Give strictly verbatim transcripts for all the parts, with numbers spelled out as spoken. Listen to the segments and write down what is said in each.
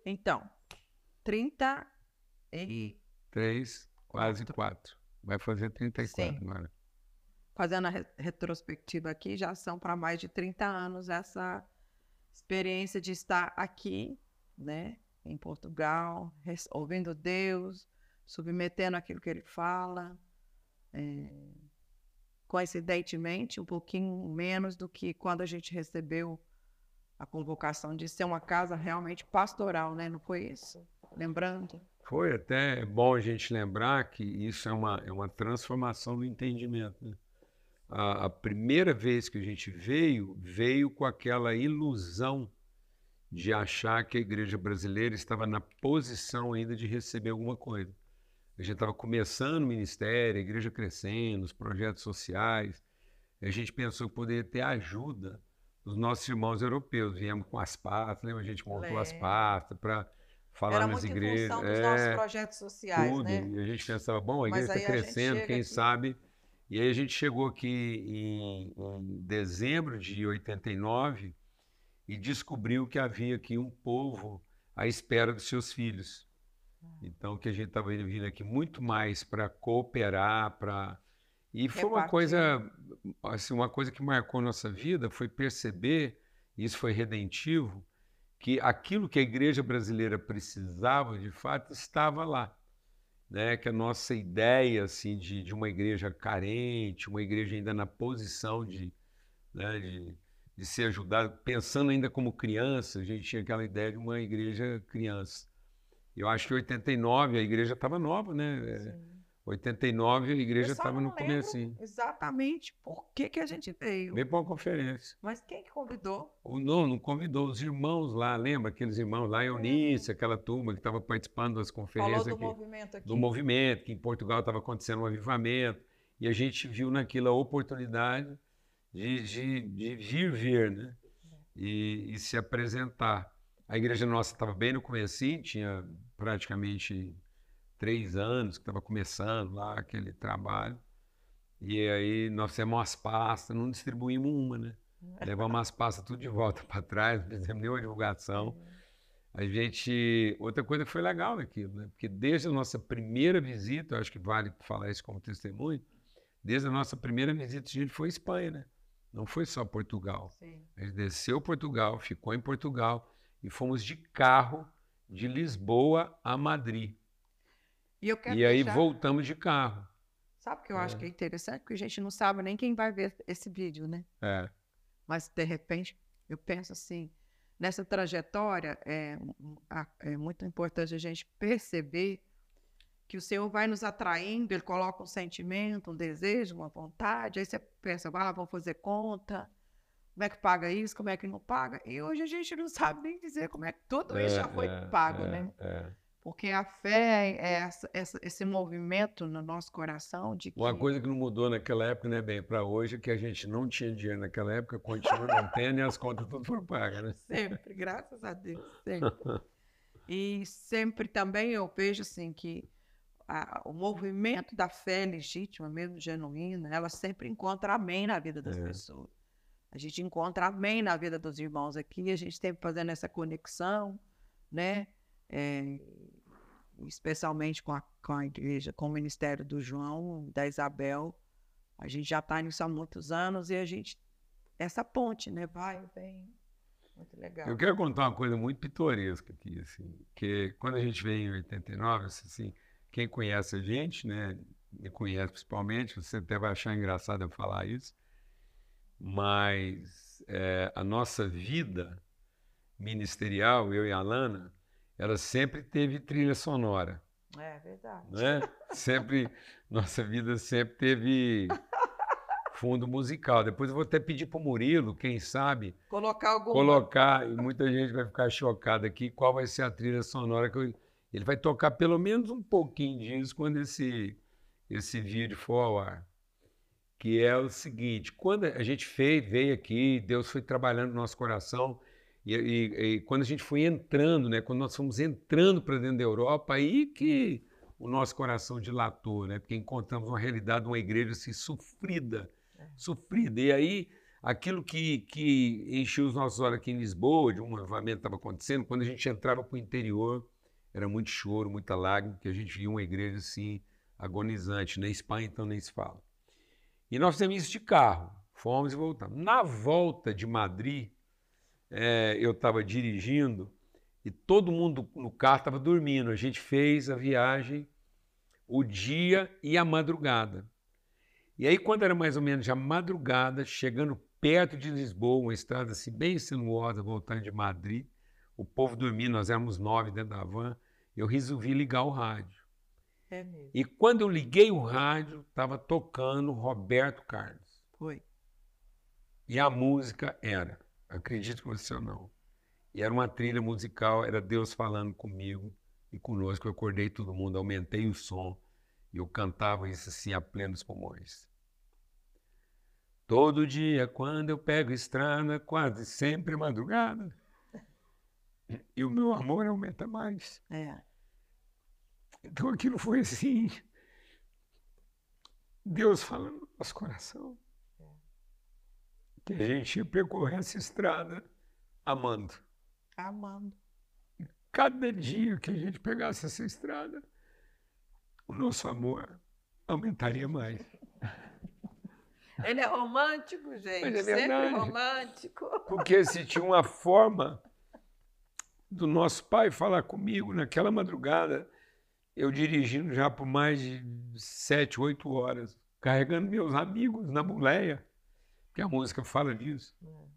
Então, trinta e Três, quase quatro. Vai fazer trinta e quatro sim, agora. fazendo a re- retrospectiva aqui, já são para mais de trinta anos essa experiência de estar aqui, né, em Portugal, res- ouvindo Deus, submetendo aquilo que Ele fala, é, coincidentemente, um pouquinho menos do que quando a gente recebeu a convocação de ser uma casa realmente pastoral, né? Não foi isso? Lembrando? Foi até bom a gente lembrar que isso é uma, é uma transformação do entendimento, né? A, a primeira vez que a gente veio, veio com aquela ilusão de achar que a igreja brasileira estava na posição ainda de receber alguma coisa. A gente estava começando o ministério, a igreja crescendo, os projetos sociais. A gente pensou que poderia ter ajuda dos nossos irmãos europeus. Viemos com as pastas, lembra? A gente montou as Lembro. pastas para falar Era nas muito em igrejas, função dos nossos é, projetos sociais, tudo. né? E a gente pensava, bom, a igreja Mas está aí a gente crescendo, chega quem aqui. sabe. E aí a gente chegou aqui em, em dezembro de oitenta e nove e descobriu que havia aqui um povo à espera dos seus filhos. Então, que a gente estava vindo aqui muito mais para cooperar, para... E foi uma Repartir. coisa, assim, uma coisa que marcou nossa vida, foi perceber, e isso foi redentivo, que aquilo que a igreja brasileira precisava, de fato, estava lá. Né? Que a nossa ideia, assim, de, de uma igreja carente, uma igreja ainda na posição de, né, de, de ser ajudada, pensando ainda como criança, a gente tinha aquela ideia de uma igreja criança. Eu acho que em oitenta e nove a igreja estava nova, né? É, Sim. oitenta e nove a Eu igreja só estava no não lembro comecinho. exatamente por que que a gente veio. Veio para uma conferência. Mas quem que convidou? O nono convidou os irmãos lá, lembra aqueles irmãos lá, Lembro. Eunice, aquela turma que estava participando das Falou conferências do aqui, movimento do aqui. movimento, que em Portugal estava acontecendo um avivamento, e a gente viu naquilo a oportunidade de, de, de vir ver, né? E, e se apresentar. A igreja nossa estava bem no comecinho, tinha praticamente três anos que estava começando lá aquele trabalho. E aí nós fizemos umas pastas, não distribuímos uma, né? Levamos as pastas tudo de volta para trás, não fizemos nenhuma divulgação. A gente. Outra coisa que foi legal naquilo, né? Porque desde a nossa primeira visita, eu acho que vale falar isso como testemunho, desde a nossa primeira visita a gente foi à Espanha, né? Não foi só Portugal. Sim. A gente desceu Portugal, ficou em Portugal e fomos de carro de Lisboa a Madrid. E eu quero E aí deixar. voltamos de carro. Sabe o que eu acho que é interessante? Porque a gente não sabe nem quem vai ver esse vídeo, né? É, Mas, de repente, eu penso assim, nessa trajetória, é, é muito importante a gente perceber que o Senhor vai nos atraindo, Ele coloca um sentimento, um desejo, uma vontade, aí você pensa, ah, vamos fazer conta, como é que paga isso, como é que não paga? E hoje a gente não sabe nem dizer como é que tudo isso já foi é, pago, é, né? é, é. Porque a fé é essa, essa, esse movimento no nosso coração de Uma que coisa que não mudou naquela época, né, bem, para hoje, é que a gente não tinha dinheiro naquela época, continua não tendo e as contas tudo foram pagas, né? sempre, graças a Deus, sempre. E sempre também eu vejo assim que a, o movimento da fé legítima, mesmo genuína, ela sempre encontra amém na vida das É. pessoas. A gente encontra amém na vida dos irmãos aqui, a gente sempre fazendo essa conexão, né? É, especialmente com a, com a igreja, com o ministério do João, da Isabel. A gente já está nisso há muitos anos e a gente, essa ponte, né? Vai, vem. Muito Eu legal. quero contar uma coisa muito pitoresca aqui, assim, que quando a gente veio em oitenta e nove, assim, quem conhece a gente, né, me conhece principalmente, você até vai achar engraçado eu falar isso, mas é, a nossa vida ministerial, eu e a Alana, ela sempre teve trilha sonora, É verdade. né? Sempre, nossa vida sempre teve fundo musical. Depois eu vou até pedir para o Murilo, quem sabe, Colocar alguma. colocar, e muita gente vai ficar chocada aqui, qual vai ser a trilha sonora que eu, ele vai tocar pelo menos um pouquinho disso quando esse, esse vídeo for ao ar. Que é o seguinte, quando a gente fez, veio aqui, Deus foi trabalhando no nosso coração, e, e, e quando a gente foi entrando, né, quando nós fomos entrando para dentro da Europa, aí que o nosso coração dilatou, né, porque encontramos uma realidade, uma igreja assim, sofrida, sofrida. E aí Aquilo que, que encheu os nossos olhos aqui em Lisboa, de um avivamento que estava acontecendo, quando a gente entrava para o interior, era muito choro, muita lágrima, porque a gente via uma igreja assim, agonizante. Na Espanha, então, nem se fala. E nós fizemos isso de carro, fomos e voltamos. Na volta de Madrid, é, eu estava dirigindo e todo mundo no carro estava dormindo. A gente fez a viagem o dia e a madrugada. E aí, quando era mais ou menos já madrugada, chegando perto de Lisboa, uma estrada assim bem sinuosa, voltando de Madrid, o povo dormindo, nós éramos nove dentro da van, eu resolvi ligar o rádio. É mesmo. E quando eu liguei o rádio, estava tocando Roberto Carlos. Foi. E a música era, acredito que você ou não, e era uma trilha musical, era Deus falando comigo e conosco. Eu acordei todo mundo, aumentei o som e eu cantava isso assim a plenos pulmões. Todo dia, quando eu pego estrada, quase sempre madrugada, e o meu amor aumenta mais. É. Então aquilo foi assim, Deus falando no nosso coração, que a gente ia percorrer essa estrada amando. Amando. Cada dia que a gente pegasse essa estrada, o nosso amor aumentaria mais. Ele é romântico, gente. Mas é Sempre verdade. romântico. Porque se tinha uma forma do nosso pai falar comigo naquela madrugada, eu dirigindo já por mais de sete, oito horas, carregando meus amigos na boleia, porque a música fala disso.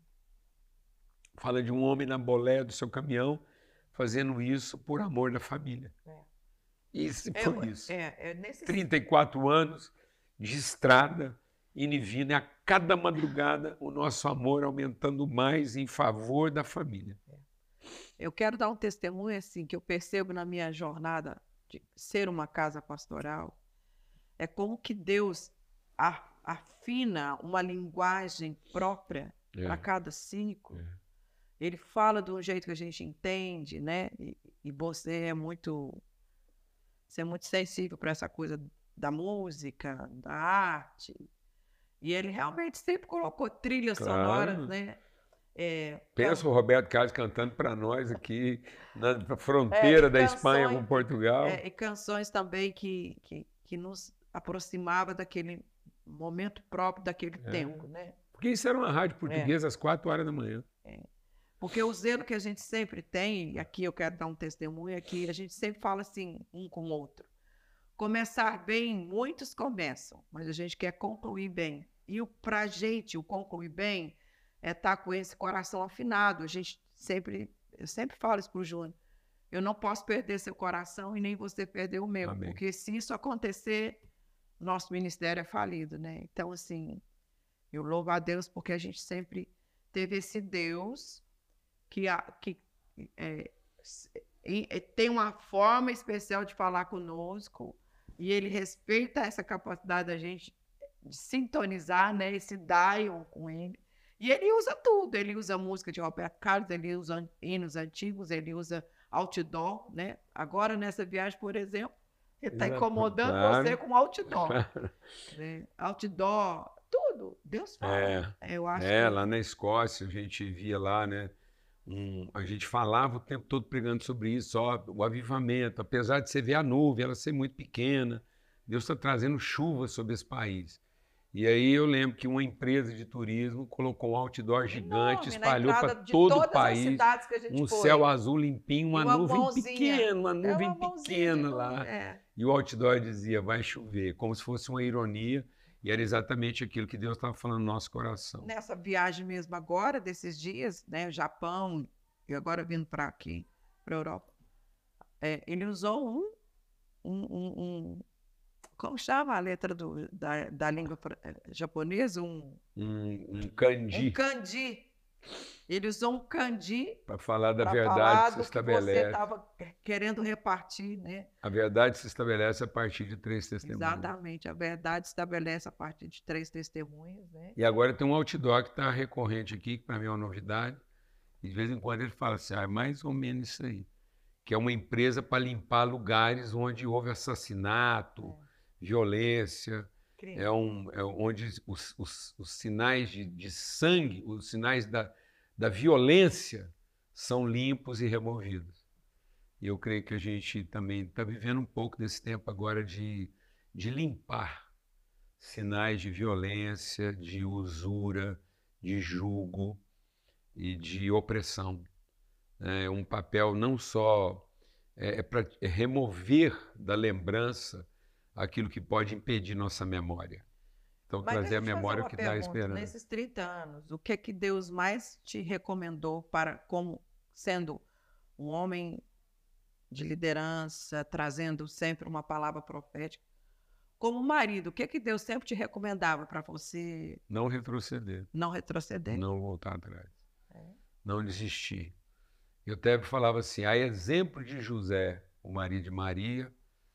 Fala de um homem na boleia do seu caminhão, fazendo isso por amor da família. É. E foi É, isso. é, é nesse... trinta e quatro anos de estrada, indo e vindo, e a cada madrugada o nosso amor aumentando mais em favor da família. Eu quero dar um testemunho assim, que eu percebo na minha jornada de ser uma casa pastoral, é como que Deus a- afina uma linguagem própria É. para cada ciclo. É. Ele fala de um jeito que a gente entende, né? E, e você é muito, você é muito sensível para essa coisa da música, da arte. E ele realmente sempre colocou trilhas Claro. sonoras, né? É, Pensa o Roberto Carlos cantando para nós aqui na fronteira É, e da Espanha canções- com Portugal. é, e canções também que, que, que nos aproximava daquele momento próprio daquele É. tempo, né? Porque isso era uma rádio portuguesa às quatro horas da manhã. Porque o zelo que a gente sempre tem, e aqui eu quero dar um testemunho, é que a gente sempre fala assim, um com o outro. Começar bem, muitos começam, mas a gente quer concluir bem. E para a gente, o concluir bem, é estar com esse coração afinado. A gente sempre, eu sempre falo isso para o Júnior, eu não posso perder seu coração e nem você perder o meu. Amém. Porque se isso acontecer, nosso ministério é falido, né? Então, assim, eu louvo a Deus porque a gente sempre teve esse Deus que, a, que é, e- e tem uma forma especial de falar conosco e ele respeita essa capacidade da gente de sintonizar, né, esse dial com ele. E ele usa tudo, ele usa música de Roberto Carlos, ele usa hinos antigos, ele usa outdoor, né? Agora, nessa viagem, por exemplo, ele está Exato, incomodando claro. você com outdoor. Né? Outdoor, tudo, Deus fala. É, Eu acho é, que... lá na Escócia a gente via lá, né? Um, a gente falava o tempo todo pregando sobre isso, ó, o avivamento, apesar de você ver a nuvem, ela ser muito pequena, Deus está trazendo chuva sobre esse país. E aí eu lembro que uma empresa de turismo colocou um outdoor gigante, enorme, na espalhou para entrada de todo o todas as país, cidades que a gente um foi. céu azul limpinho, uma, E uma nuvem mãozinha. pequena, uma É nuvem uma mãozinha de pequena nuvem, lá. é. E o outdoor dizia, vai chover, como se fosse uma ironia, e era exatamente aquilo que Deus estava falando no nosso coração. Nessa viagem mesmo agora, desses dias, né, Japão, e agora vindo para aqui, para a Europa, é, ele usou um, um, um, um- como chama a letra do, da, da língua fra- eh, japonesa? Um, Um, um um kanji, kanji. Ele usou um kanji para falar da para verdade falar que se do que você estabelece. estava querendo repartir, né? A verdade se estabelece a partir de três testemunhos. Exatamente, a verdade estabelece a partir de três testemunhas, né? E agora tem um outdoor que está recorrente aqui, que para mim é uma novidade. E de vez em quando ele fala assim, ah, é mais ou menos isso aí. Que é uma empresa para limpar lugares onde houve assassinato, É. violência. é, um, é onde os, os, os sinais de, de sangue, os sinais da, da violência são limpos e removidos. E eu creio que a gente também está vivendo um pouco desse tempo agora de, de limpar sinais de violência, de usura, de julgo e de opressão. É um papel não só é, é para remover da lembrança aquilo que pode impedir nossa memória. Então, Mas trazer a deixa eu te fazer memória uma o que dá pergunta. esperança. Nesses trinta anos, o que é que Deus mais te recomendou para, como sendo um homem de liderança, trazendo sempre uma palavra profética? Como marido, o que é que Deus sempre te recomendava para você Não retroceder, não retroceder? não voltar atrás, É. não desistir. Eu até falava assim, a exemplo de José, o marido de Maria,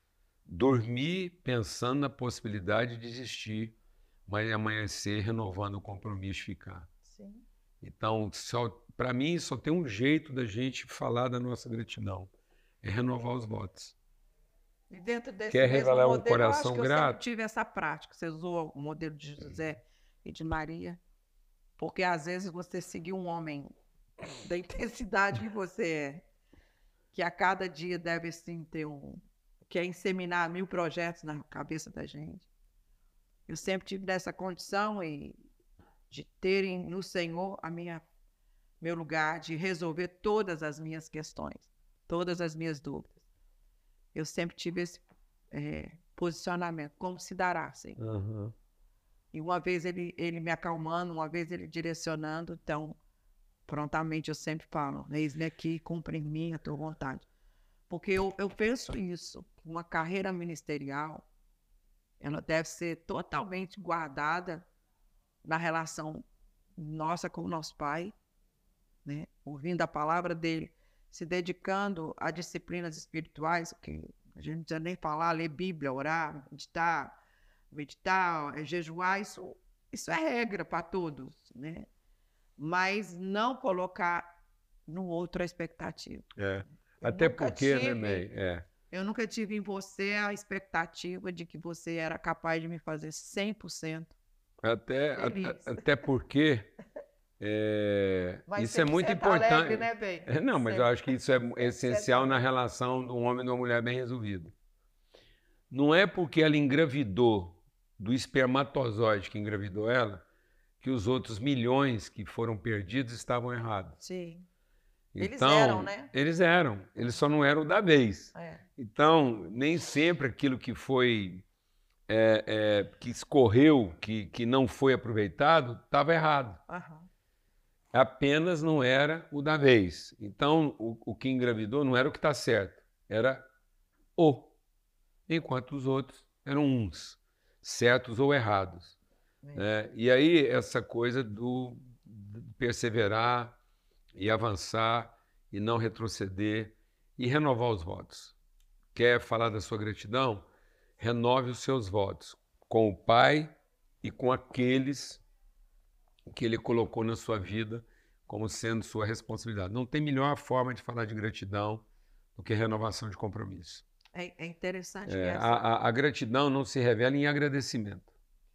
dormir pensando na possibilidade de desistir, mas amanhecer renovando o compromisso de ficar. Sim. Então, para mim, só tem um jeito da gente falar da nossa gratidão, é renovar os votos. E dentro desse Quer mesmo revelar um modelo, eu acho coração que eu grato? sempre tive essa prática. Você usou o modelo de José e de Maria, porque às vezes você seguiu um homem da intensidade que você é, que a cada dia deve sim ter um, que é inseminar mil projetos na cabeça da gente. Eu sempre tive nessa condição e de terem no Senhor a minha, meu lugar, de resolver todas as minhas questões, todas as minhas dúvidas. Eu sempre tive esse é, posicionamento, como se dará, assim. Uhum. E uma vez ele, ele me acalmando, uma vez ele direcionando, então, prontamente eu sempre falo, eis-me aqui, cumpre em mim a tua vontade. Porque eu, eu penso isso, uma carreira ministerial, ela deve ser totalmente guardada na relação nossa com o nosso Pai, né? Ouvindo a palavra dele, se dedicando a disciplinas espirituais, que a gente não precisa nem falar, ler Bíblia, orar, meditar, meditar, jejuar, isso, isso é regra para todos, né? Mas não colocar no outro a expectativa. É. Eu Até nunca porque, tive, né, May? É. Eu nunca tive em você a expectativa de que você era capaz de me fazer cem por cento Até, feliz. a, até porque é, Mas isso é muito importante. alegre, né, bem? É, não, mas eu acho que isso é essencial na alegre. relação de um homem e de uma mulher bem resolvida. Não é porque ela engravidou do espermatozoide que engravidou ela que os outros milhões que foram perdidos estavam errados. Sim. Então, Eles eram, né? Eles eram. Eles só não eram da vez. É. Então, nem sempre aquilo que foi, é, é, que escorreu, que, que não foi aproveitado, estava errado. Aham. Apenas não era o da vez. Então, o, o que engravidou não era o que está certo, era o. Enquanto os outros eram uns, certos ou errados. É. Né? E aí, essa coisa do de perseverar e avançar e não retroceder e renovar os votos. Quer falar da sua gratidão? Renove os seus votos com o Pai e com aqueles que Ele colocou na sua vida como sendo sua responsabilidade. Não tem melhor forma de falar de gratidão do que renovação de compromisso. É, é interessante É, essa. a, a, a gratidão não se revela em agradecimento.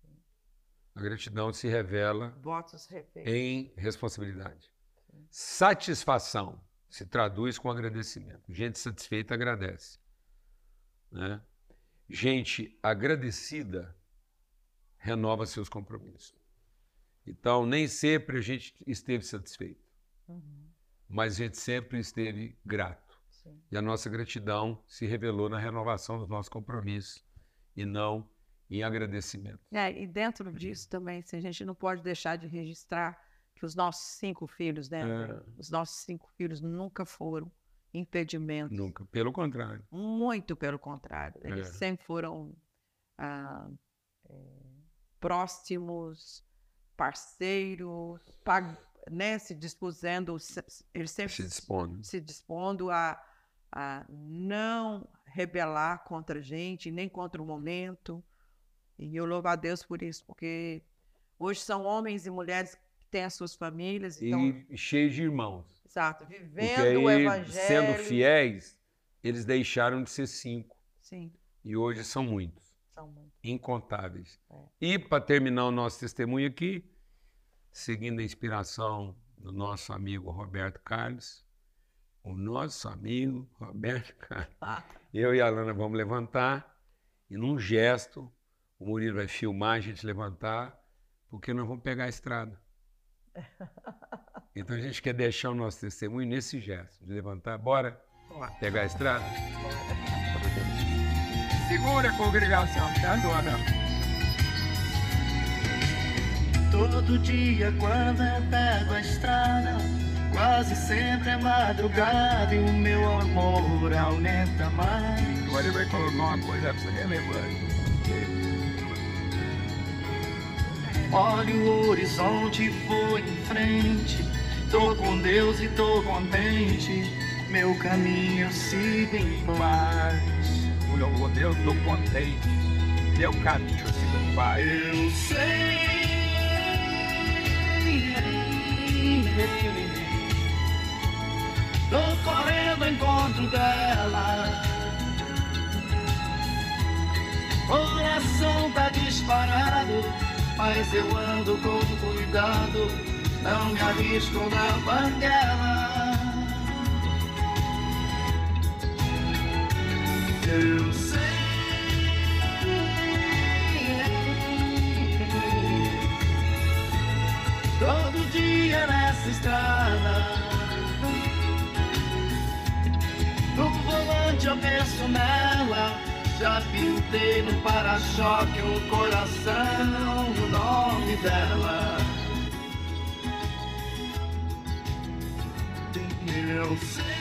A gratidão se revela Votos refeitos. em responsabilidade. Satisfação se traduz com agradecimento. Gente satisfeita agradece. Né? Gente agradecida renova seus compromissos. Então, nem sempre a gente esteve satisfeito, Uhum. mas a gente sempre esteve grato. Sim. E a nossa gratidão se revelou na renovação dos nossos compromissos e não em agradecimento. É, e dentro disso também, assim, a gente não pode deixar de registrar que os nossos cinco filhos, né? É. Os nossos cinco filhos nunca foram impedimentos. Nunca, pelo contrário. Muito pelo contrário. Eles É. sempre foram ah, é, próximos, parceiros, pag- né? Se disposendo, se- eles sempre Se dispondo. se dispondo a, a não rebelar contra a gente, nem contra o momento. E eu louvo a Deus por isso, porque hoje são homens e mulheres que têm as suas famílias e estão, E cheios de irmãos. exato, Porque vivendo o aí, evangelho. sendo fiéis, eles deixaram de ser cinco. Sim, E hoje são muitos. São muito. Incontáveis. É. E para terminar o nosso testemunho aqui, seguindo a inspiração do nosso amigo Roberto Carlos, o nosso amigo Roberto Carlos, Ah. eu e a Alana vamos levantar e num gesto, o Murilo vai filmar a gente levantar, porque nós vamos pegar a estrada. Então a gente quer deixar o nosso testemunho nesse gesto, de levantar. Bora pegar a estrada? Segura a congregação, tá agora. Todo dia quando eu pego a estrada, quase sempre é madrugada e o meu amor aumenta mais. Agora ele vai colocar uma coisa pra você relevante. Olho o horizonte, vou em frente, tô com Deus e tô contente, meu caminho eu sigo em paz. O Deus do contente, meu caminho eu sigo em paz. Eu sei, tô correndo ao encontro dela, coração tá disparado, mas eu ando com cuidado, não me arrisco na banguela. Eu sei, todo dia nessa estrada, no volante eu penso nela, já pintei no para-choque um coração no nome dela. Eu sei.